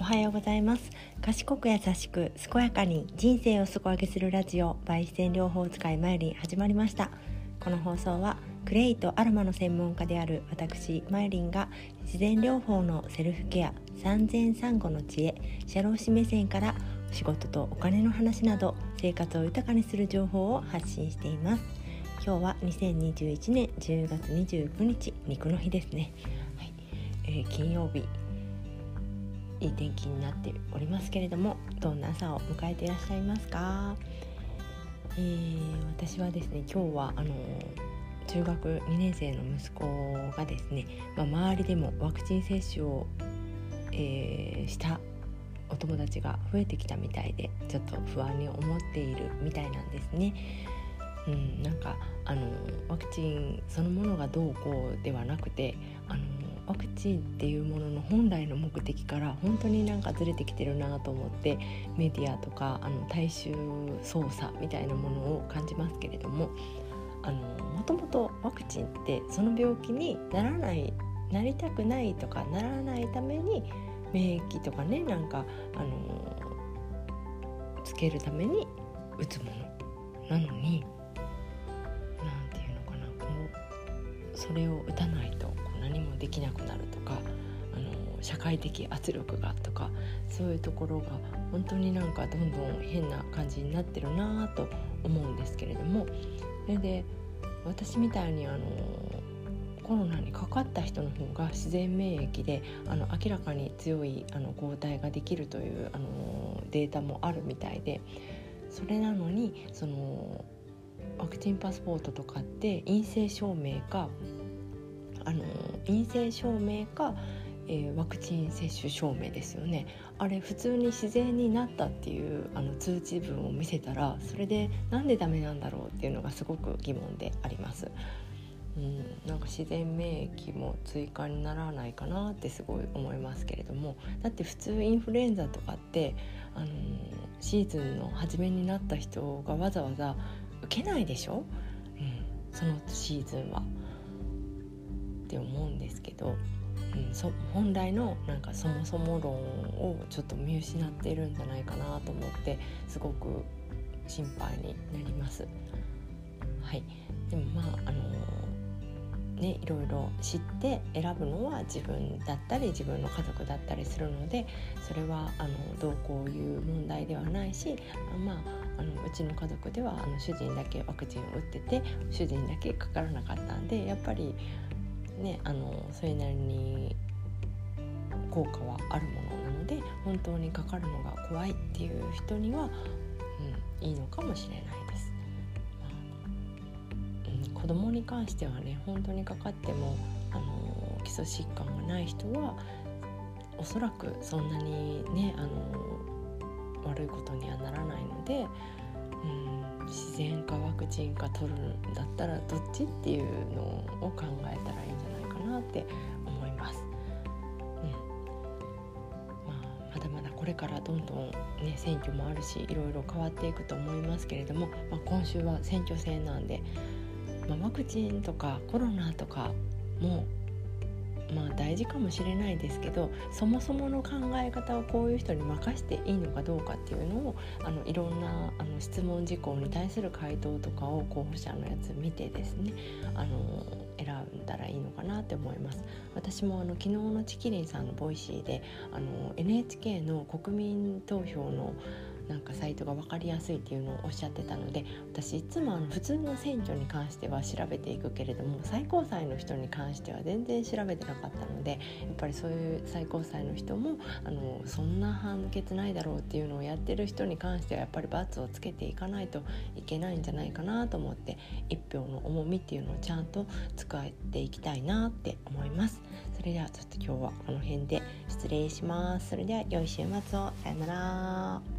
はようございます。賢く優しく健やかに人生を底上げするラジオ by 自然療法使いまゆりん始まりました。この放送はクレイとアロマの専門家である私まゆりんが自然療法のセルフケア、産前産後の知恵、社労士目線から仕事とお金の話など生活を豊かにする情報を発信しています。今日は2021年10月29日肉の日ですね。金曜日いい天気になっておりますけれども、どんな朝を迎えていらっしゃいますか？私はですね、今日は中学2年生の息子がですね、周りでもワクチン接種を、したお友達が増えてきたみたいで、ちょっと不安に思っているみたいなんですね。ワクチンそのものがどうこうではなくて、ワクチンっていうものの本来の目的から本当にずれてきてるなと思って、メディアとか大衆操作みたいなものを感じますけれども、もともとワクチンってその病気になりたくないとかならないために免疫とかね、つけるために打つものなのに、それを打たないと何もできなくなるとか、社会的圧力がとか、そういうところが本当にどんどん変な感じになってるなと思うんですけれども、それで私みたいにコロナにかかった人の方が自然免疫で明らかに強い抗体ができるというデータもあるみたいで、それなのにワクチンパスポートとかって陰性証明かワクチン接種証明ですよね。あれ普通に自然になったっていう通知文を見せたら、それでなんでダメなんだろうっていうのがすごく疑問であります。自然免疫も追加にならないかなってすごい思いますけれども、だって普通インフルエンザとかってシーズンの初めになった人がわざわざ受けないでしょ、そのシーズンはって思うんですけど、本来のそもそも論をちょっと見失っているんじゃないかなと思って、すごく心配になります。でもいろいろ知って選ぶのは自分だったり自分の家族だったりするので、それはどうこういう問題ではないし、うちの家族では主人だけワクチンを打ってて、主人だけかからなかったんで、やっぱりね、それなりに効果はあるものなので、本当にかかるのが怖いっていう人には、いいのかもしれないです。子供に関してはね、本当にかかっても基礎疾患がない人はおそらくそんなにね悪いことにはならないので、自然かワクチンか取るんだったらどっちっていうのを考えたらいいんじゃないかなって思います。まだまだこれからどんどん選挙もあるし、いろいろ変わっていくと思いますけれども、今週は選挙戦なんで、ワクチンとかコロナとかも大事かもしれないですけど、そもそもの考え方をこういう人に任せていいのかどうかっていうのをいろんな質問事項に対する回答とかを候補者のやつ見てですね、選んだらいいのかなって思います。私も昨日のチキリンさんのボイシーでNHK の国民投票のサイトが分かりやすいっていうのをおっしゃってたので、私いつも普通の選挙に関しては調べていくけれども、最高裁の人に関しては全然調べてなかったので、やっぱりそういう最高裁の人もそんな判決ないだろうっていうのをやってる人に関してはやっぱり罰をつけていかないといけないんじゃないかなと思って、一票の重みっていうのをちゃんと使っていきたいなって思います。それではちょっと今日はこの辺で失礼します。それでは良い週末を。さよなら。